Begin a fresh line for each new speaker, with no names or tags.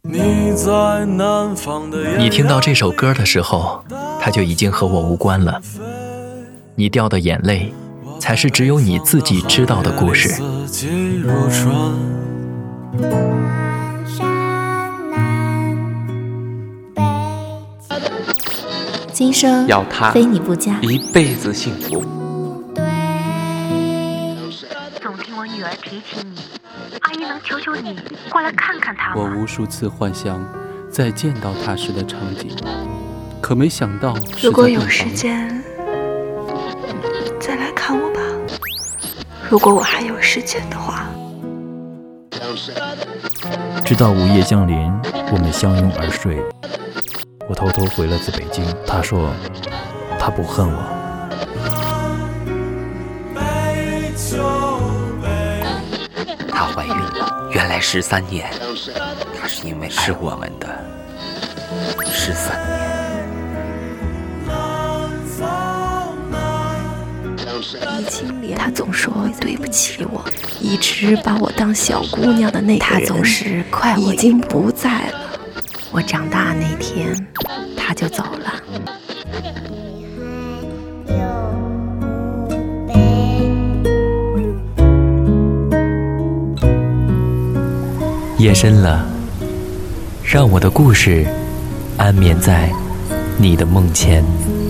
你听到这首歌的时候，它就已经和我无关了。你掉的眼泪，才是只有你自己知道的故事。
今生
要他
非你不嫁，
一辈子幸福。
总听我女儿提起你，阿姨能求求你过来看看她吗？
我无数次幻想在见到他时的场景，可没想到
如果有时间再来看我吧，如果我还有时间的话。
直到午夜降临，我们相拥而睡。我偷偷回了次北京，他说他不恨我。
她怀孕了，原来13年，她是因为是我们的13年。
易经里他总说对不起我，一直把我当小姑娘的那个人，
他总是快我
已经不在了。
我长大那天，他就走了。
夜深了，让我的故事安眠在你的梦前。